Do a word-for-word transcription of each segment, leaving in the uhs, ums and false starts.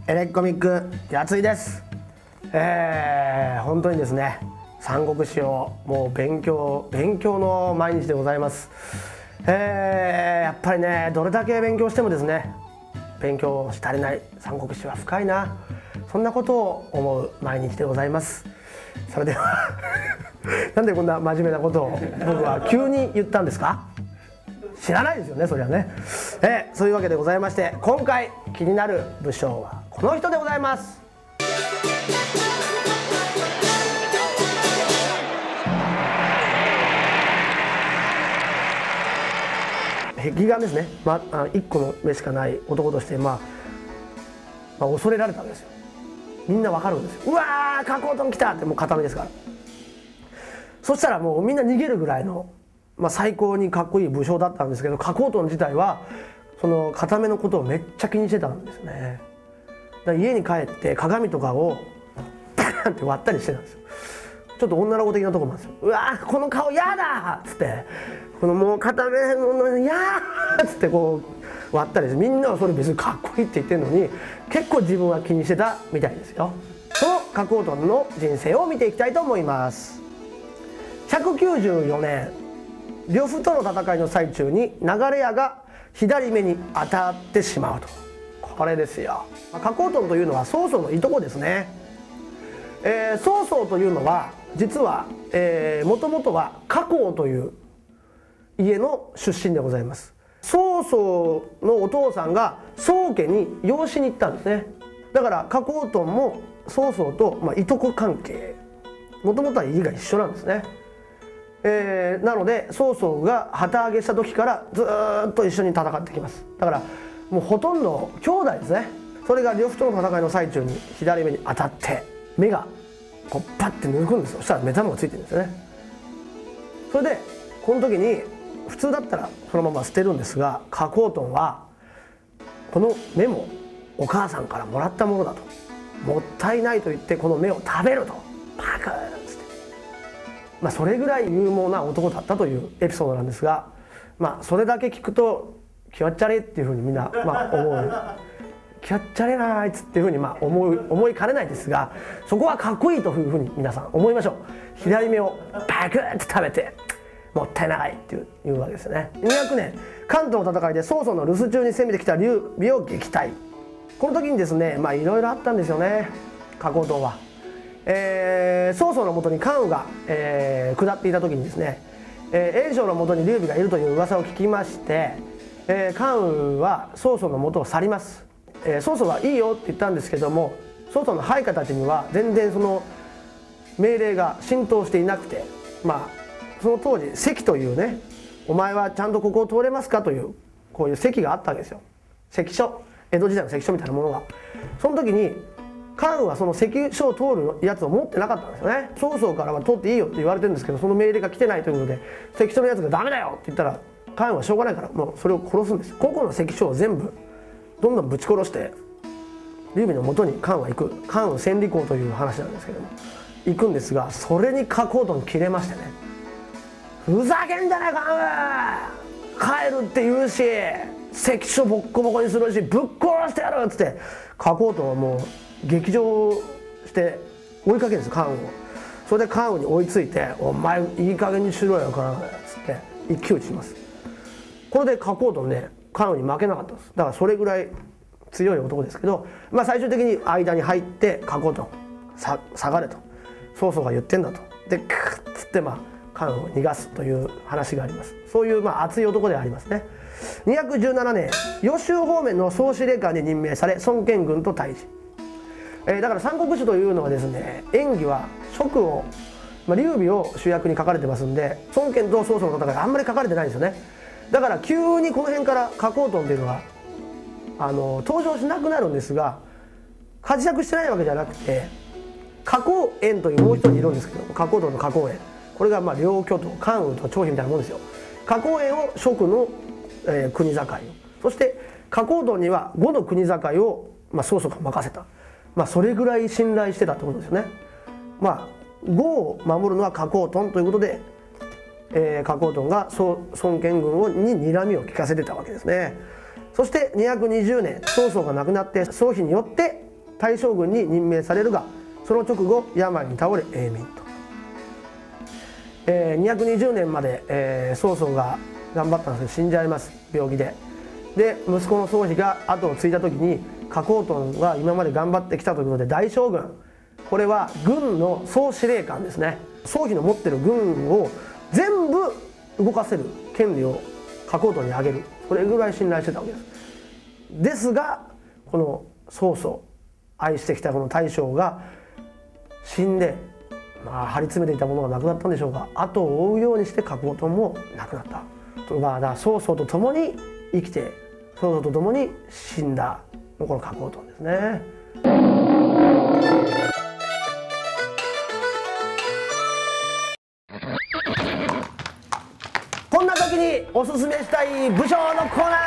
エレコミックやついです。えー、本当にですね、三国志をもう勉強勉強の毎日でございます。えー、やっぱりね、どれだけ勉強してもですね、勉強し足りない、三国志は深いな、そんなことを思う毎日でございます。それではなんでこんな真面目なことを僕は急に言ったんですか？知らないですよね、そりゃね。えー、そういうわけでございまして、今回気になる武将はこの人でございます。壁眼ですね、まあ、いっこの目しかない男として、まあ、まあ恐れられたわけですよ。みんなわかるんですよ。うわー、加工トン来たって、もう片目ですから。そしたらもうみんな逃げるぐらいの、まあ、最高にかっこいい武将だったんですけど、加工トン自体はその片目のことをめっちゃ気にしてたんですよね。だから家に帰って鏡とかをパーンって割ったりしてたんですよ。ちょっと女の子的なところなんですよ。うわー、この顔やだっつって、このもう片目のやーっつってこう割ったりして、みんなはそれ別にかっこいいって言ってるのに、結構自分は気にしてたみたいですよ。その加工トンの人生を見ていきたいと思います。ひゃくきゅうじゅうよねん、呂布との戦いの最中に流屋が左目に当たってしまうと。これですよ。加工トンというのは曹操のいとこですね。えー、曹操というのは実はもともとは加工という家の出身でございます。曹操のお父さんが曹家に養子に行ったんですね。だから加工トンも曹操と、まあ、いとこ関係、もともとは家が一緒なんですね。えー、なので曹操が旗揚げした時からずっと一緒に戦ってきます。だからもうほとんど兄弟ですね。それが呂布との戦いの最中に左目に当たって目がこうパッて抜くんですよ。そしたら目玉がついてるんですよね。それでこの時に普通だったらそのまま捨てるんですが、加工トンはこの目もお母さんからもらったものだと、もったいないと言ってこの目を食べると、パクッつって、まあ、それぐらい勇猛な男だったというエピソードなんですが、まあ、それだけ聞くと気わっちゃれっていうふうにみんな、まあ、思う。気わっちゃれなあいつっていうふうにまあ 思う思いかねないですが、そこはかっこいいというふうに皆さん思いましょう。左目をパクッと食べてもったいないっていういうわけですよね。にひゃくねん、関東の戦いで曹操の留守中に攻めてきた劉備を撃退。この時にですね、まあいろいろあったんですよね、加工トンは。えー、曹操のもとに関羽が、えー、下っていた時にですね、えー、袁紹のもとに劉備がいるという噂を聞きまして、えー、関羽は曹操のもとを去ります。えー、曹操はいいよって言ったんですけども、曹操の配下たちには全然その命令が浸透していなくて、まあその当時関というね、お前はちゃんとここを通れますかというこういう関があったわけですよ。関所、江戸時代の関所みたいなものが。その時に関羽はその関所を通るやつを持ってなかったんですよね。曹操からは通っていいよって言われてるんですけど、その命令が来てないということで、関所のやつがダメだよって言ったら、関羽はしょうがないからもうそれを殺すんです。個々の関所を全部どんどんぶち殺して劉備のもとに関羽行く、関羽千里行という話なんですけども、行くんですが、それに加工トン切れましてね、ふざけんじゃねえ関羽、帰るって言うし関所ボッコボコにするしぶっ殺してやるっつって、加工トンはもう激上して追いかけるんですよ、関羽を。それで関羽に追いついて、お前いい加減にしろよ関羽っつって一騎打ちします。これで加工トンね、関羽に負けなかったんです。だからそれぐらい強い男ですけど、まあ、最終的に間に入って加工トンさ下がれと曹操が言ってんだと。でクッつってまあ関羽を逃がすという話があります。そういうまあ熱い男ではありますね。にひゃくじゅうななねん、予州方面の総司令官に任命され孫権軍と対峙。えー、だから三国志というのはですね、演技は蜀を、まあ、劉備を主役に書かれてますんで、孫権と曹操の戦いあんまり書かれてないんですよね。だから急にこの辺から加工トンというのはあの登場しなくなるんですが、活躍してないわけじゃなくて、加工燕というもう一人いるんですけど、加工トンと加工燕、これがまあ両巨頭、関羽と張飛みたいなもんですよ。加工燕を蜀の、えー、国境を、そして加工トンには呉の国境を、まあ、曹操が任せた。まあそれぐらい信頼してたってことですよね。まあ呉を守るのは加工トンということで、えー、加工トンが孫権軍をに睨みを利かせてたわけですね。そしてにひゃくにじゅうねん、曹操が亡くなって曹丕によって大将軍に任命されるが、その直後病に倒れ永眠と、えー、にひゃくにじゅうねんまで、えー、曹操が頑張ったんですけど死んじゃいます、病気で。で息子の曹丕が後を継いだ時に、夏侯惇が今まで頑張ってきたということで大将軍、これは軍の総司令官ですね。曹丕の持ってる軍を全部動かせる権利を夏侯惇にあげる、それぐらい信頼してたわけです。ですがこの曹操愛してきたこの大将が死んで、まあ、張り詰めていたものがなくなったんでしょうか、後を追うようにして夏侯惇も亡くなった。まあ、だ曹操と共に生きて曹操と共に死んだこの夏侯惇ですね。こんな時におすすめしたい武将のコーナ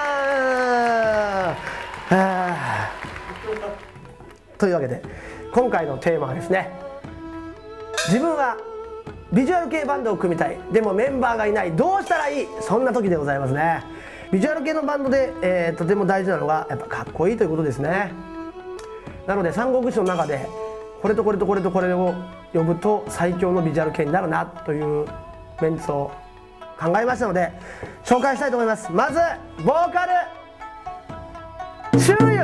ーというわけで今回のテーマはですね、自分はビジュアル系バンドを組みたい、でもメンバーがいない、どうしたらいい、そんな時でございますね。ビジュアル系のバンドで、えー、とても大事なのがやっぱかっこいいということですね。なので三国志の中でこれとこれとこれとこれを呼ぶと最強のビジュアル系になるなというメンツを考えましたので紹介したいと思います。まずボーカル周遊、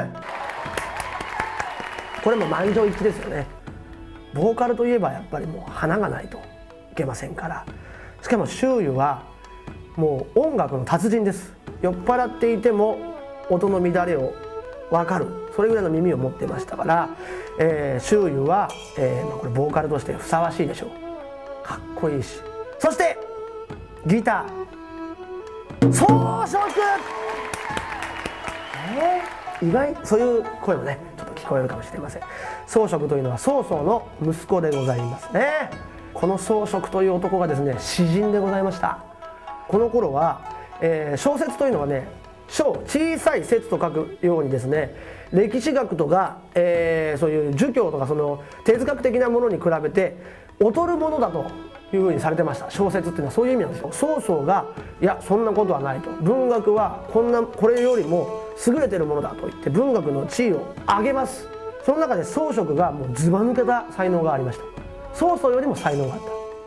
これも満場一致ですよね。ボーカルといえばやっぱりもう花がないといけませんから。しかも周遊はもう音楽の達人です。酔っ払っていても音の乱れを分かる、それぐらいの耳を持ってましたから、えー、周遊は、えーまあ、これボーカルとしてふさわしいでしょう。かっこいいし、そしてギター装飾、えー、意外そういう声もねちょっと聞こえるかもしれません。装飾というのは曹操の息子でございますね。この装飾という男がですね詩人でございました。この頃は、えー、小説というのはね、小小さい説と書くようにですね、歴史学とか、えー、そういう儒教とかその哲学的なものに比べて劣るものだというふうにされてました。小説っていうのはそういう意味なんですよ。曹操がいやそんなことはないと、文学はこんなこれよりも優れてるものだと言って文学の地位を上げます。その中で装飾がもうずば抜けた才能がありました。曹操よりも才能があった、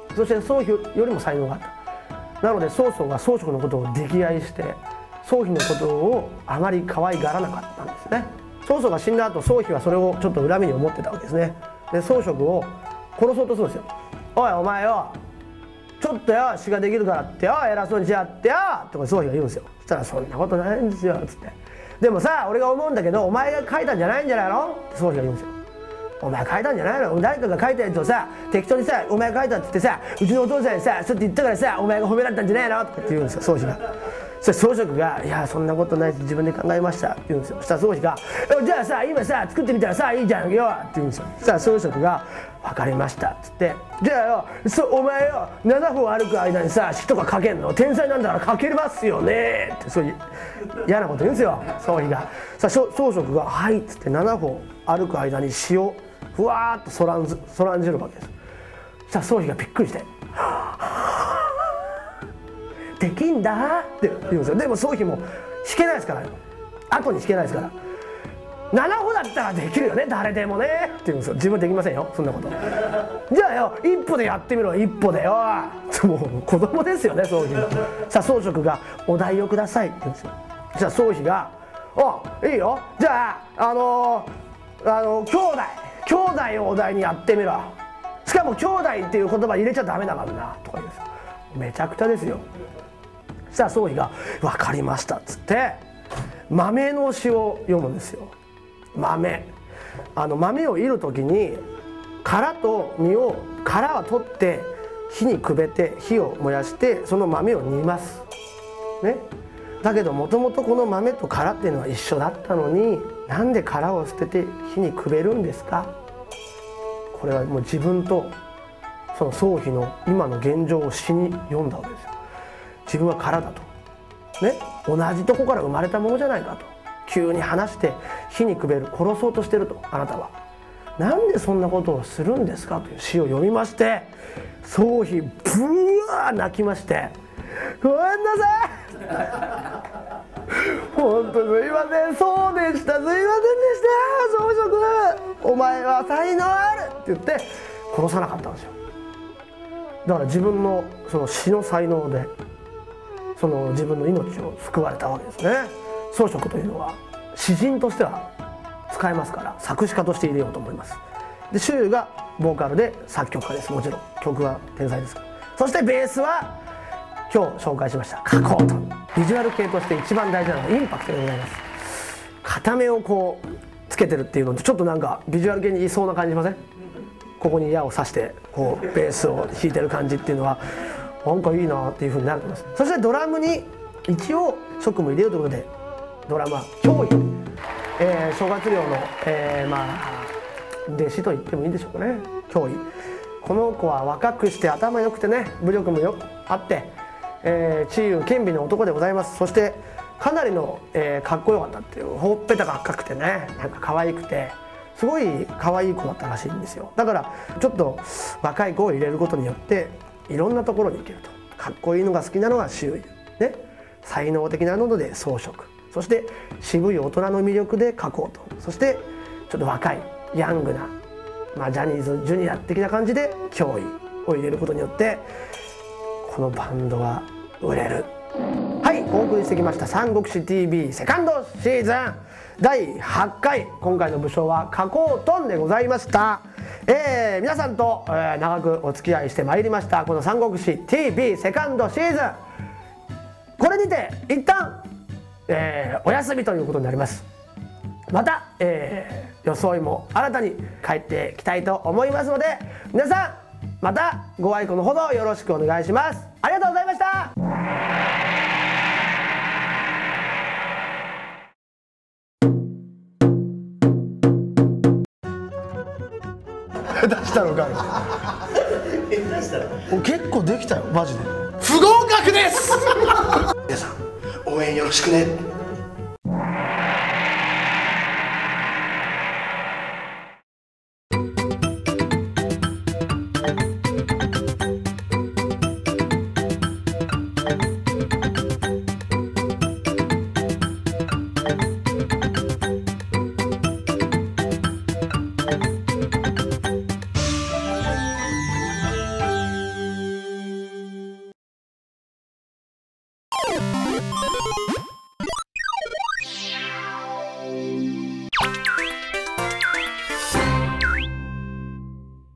そして曹丕よりも才能があった。なので曹操が装飾のことを溺愛して曹丕のことをあまり可愛がらなかったんですね。曹操が死んだ後、曹丕はそれをちょっと恨みに思ってたわけですね。で装飾を殺そうとするんですよ。おいお前よ、ちょっとよ詩ができるからってよ偉そうにしやってよとか曹丕が言うんですよ。そしたらそんなことないんですよつって、でもさ俺が思うんだけどお前が書いたんじゃないんじゃないのって曹丕が言うんですよ。お前書いたんじゃないの、誰かが書いたやつをさ適当にさお前が書いたって言ってさ、うちのお父さんにさそうやって言ったからさお前が褒められたんじゃないのとかって言うんですよ曹丕が。そして装飾が「いやそんなことないって自分で考えました」って言うんですよ。そしたら曹丕が「じゃあさ今さ作ってみたらさいいじゃんよ」って言うんですよ。そしたら装飾が「分かりました」っつって「じゃあよそお前よなな歩歩く間にさ詩とか書けんの、天才なんだから書けますよね」ってそういう嫌なこと言うんですよ曹丕が。さあ装飾が「はい」っつってなな歩歩く間に詩をふわーっとそらんずそらんじるわけです。そしたら曹丕がびっくりして「できんだ」って言うんですよ。でも曹丕も弾けないですから、後に弾けないですから「なな歩だったらできるよね誰でもね」って言うんですよ。自分できませんよそんなこと。じゃあよ一歩でやってみろ一歩でよ、もう子供ですよね曹丕。さあ装飾が「お題をください」って言うんですよ。じゃあ曹丕が「おいいよじゃああのー、あのー、兄弟兄弟をお題にやってみろ、しかも兄弟っていう言葉入れちゃダメだからな」とか言うんですよ。めちゃくちゃですよ。そしたら曹丕が「分かりました」っつって豆の詩を読むんですよ。豆あの豆を煎る時に殻と実を殻は取って火にくべて火を燃やしてその豆を煮ますね。だけどもともとこの豆と殻っていうのは一緒だったのになんで殻を捨てて火にくべるんですか。これはもう自分とその曹丕の今の現状を詩に読んだわけですよ。自分は殻だとね、同じとこから生まれたものじゃないかと急に話して火にくべる、殺そうとしてると、あなたはなんでそんなことをするんですかという詩を読みまして、曹丕ブワー泣きまして「ごめんなさい本当すいません、そうでした、すいませんでした、装飾お前は才能あるって言って殺さなかったんですよ。だから自分のその死の才能でその自分の命を救われたわけですね。装飾というのは詩人としては使えますから、作詞家として入れようと思います。で周囲がボーカルで作曲家です。もちろん曲は天才ですから。そしてベースは今日紹介しました加工と、ビジュアル系として一番大事なのはインパクトでございます。片目をこうつけてるっていうのでちょっとなんかビジュアル系にいそうな感じしません？ここに矢を刺してこうベースを弾いてる感じっていうのはなんかいいなっていう風になると思います。そしてドラムに一応職務入れようということで、ドラムは脅威、えー、正月寮の、えー、まあ弟子と言ってもいいんでしょうかね。脅威、この子は若くして頭良くてね、武力もよあって、えー、地位兼備の男でございます。そしてかなりの、えー、かっこよかったっていう、ほっぺたが赤くてね、なんか可愛くてすごい可愛い子だったらしいんですよ。だからちょっと若い子を入れることによっていろんなところに行けると。かっこいいのが好きなのは周囲ね、才能的なので装飾、そして渋い大人の魅力で描こうと、そしてちょっと若いヤングな、まあ、ジャニーズジュニア的な感じで脅威を入れることによってこのバンドは売れる。はい、お送りしてきました「三国志 ティーブイ」セカンドシーズンだいはちかい、今回の武将は加工トンでございました。えー、皆さんと、えー、長くお付き合いしてまいりましたこの「三国志 ティーブイ」セカンドシーズン、これにて一旦、えー、お休みということになります。また、えー、装いも新たに帰ってきたいと思いますので、皆さんまたご愛顧のほどよろしくお願いします。ありがとうございました。出したのかい。出したの結構できたよマジで。不合格です皆さん応援よろしくね。